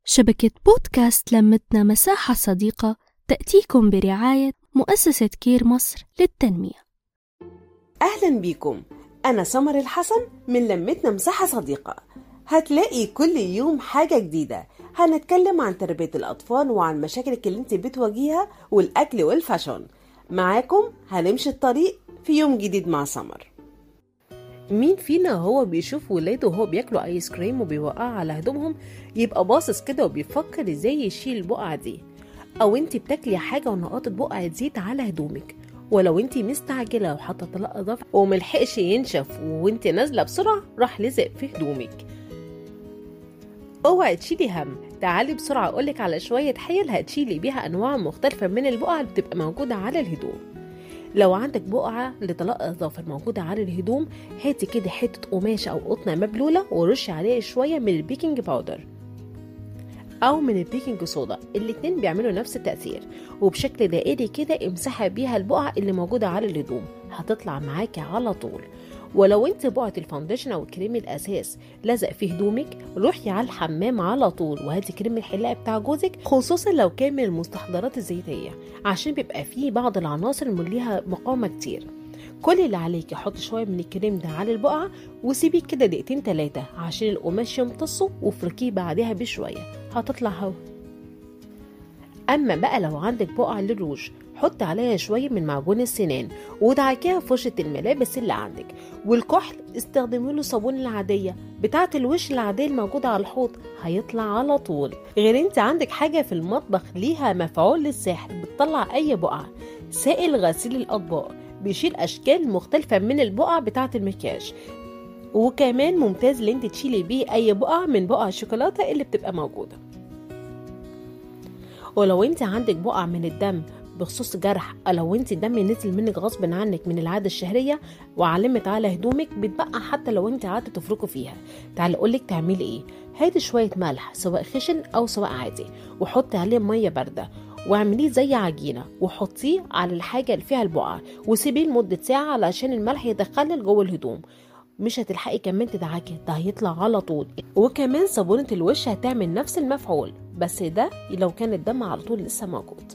شبكة بودكاست لمتنا مساحة صديقة تأتيكم برعاية مؤسسة كير مصر للتنمية. أهلا بيكم، أنا سمر الحسن من لمتنا مساحة صديقة. هتلاقي كل يوم حاجة جديدة، هنتكلم عن تربية الأطفال وعن مشاكلك اللي انت بتواجهها والأكل والفاشون. معاكم هنمشي الطريق في يوم جديد مع سمر. مين فينا هو بيشوف ولاده وهو بياكلوا ايس كريم وبيوقع على هدومهم يبقى باصص كده وبيفكر ازاي يشيل البقعة دي؟ او انت بتاكلي حاجة ونقطة بقعة زيت على هدومك، ولو انت مستعجلة وحاطة طلاق اضافي وملحقش ينشف وانت نازلة بسرعة راح لزق في هدومك. اوعي تشيلي هم، تعالي بسرعة اقولك على شوية حيل هتشيلي بيها انواع مختلفة من البقع اللي بتبقى موجودة على الهدوم. لو عندك بقعة لطلاق اظافر موجودة على الهدوم، هاتي كده حتة قماشة او قطنة مبلولة ورشي عليها شوية من البيكنج باودر او من البيكنج صودا، الاتنين بيعملوا نفس التأثير، وبشكل دائري كده امسحي بيها البقعة اللي موجودة على الهدوم، هتطلع معاكي على طول. ولو انت بقعة الفاونديشن او كريم الاساس لزق في هدومك، روحي على الحمام على طول وهاتي كريم الحلاقة بتاع جوزك، خصوصا لو كان من المستحضرات الزيتية، عشان بيبقى فيه بعض العناصر اللي ليها مقاومة كتير. كل اللي عليكي حطي شوية من الكريم ده على البقعة وسيبيه كده دقيقتين 3 عشان القماش يمتصه، وفركيه بعدها بشوية هتطلع هوا. اما بقى لو عندك بقعة للروج، حط عليها شوية من معجون السنان ودعكيها في فرشة الملابس اللي عندك. والكحل استخدمي له صابون العادية بتاعة الوش العادية الموجودة على الحوض، هيطلع على طول. غير انت عندك حاجة في المطبخ ليها مفعول للسحر بتطلع اي بقعة، سائل غسيل الاطباق بيشيل اشكال مختلفة من البقع بتاعة المكياج، وكمان ممتاز اللي انت تشيلي بيه اي بقع من بقع الشوكولاتة اللي بتبقى موجودة. ولو انت عندك بقع من الدم بخصوص جرح، او لو انت الدم نزل منك غصب عنك من العادة الشهرية وعلمت على هدومك بتبقى حتى لو انت قعدت تفركوا فيها، تعالي اقولك تعملي ايه. هاتي شوية ملح سواء خشن او سواء عادي وحطي عليه مية باردة واعمليه زي عجينة وحطيه على الحاجة اللي فيها البقعة وسيبيه لمدة ساعة علشان الملح يتخلل جوه الهدوم. مش هتلحقي كمان تدعكي، ده هيطلع على طول. وكمان صابونة الوش هتعمل نفس المفعول، بس ده لو كان الدم على طول لسه موجود.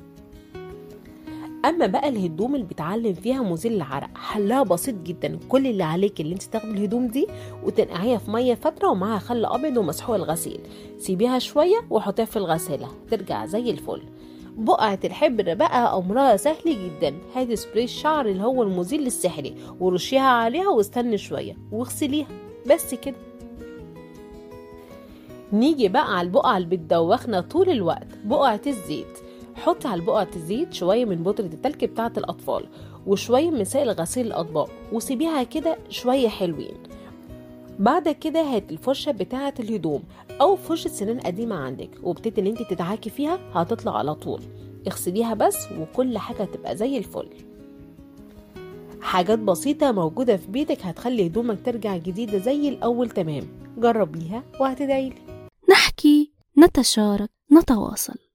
اما بقى الهدوم اللي بتعلم فيها مزيل العرق، حلها بسيط جدا. كل اللي عليك اللي انت تاخدي الهدوم دي وتنقعيها في ميه فتره ومعاها خل ابيض ومسحوق الغسيل، سيبيها شويه وحطيها في الغساله ترجع زي الفل. بقعة الحبر بقى امرها سهل جدا، هاتي سبراي الشعر اللي هو المزيل السحري ورشيها عليها واستني شويه واغسليها، بس كده. نيجي بقى على البقعة اللي بتدوخنا طول الوقت، بقعة الزيت. حطي على بقعة الزيت شوية من بودرة التلج بتاعة الأطفال وشوية من سائل غسيل الأطباق وسيبيها كده شوية حلوين. بعد كده هات الفرشة بتاعة الهدوم أو فرشة سنان قديمة عندك وابتدي ان انت تدعكي فيها، هتطلع على طول. اغسليها بس وكل حاجة تبقى زي الفل. حاجات بسيطة موجودة في بيتك هتخلي هدومك ترجع جديدة زي الأول تمام. جربيها وهتدعيلي. نحكي، نتشارك، نتواصل.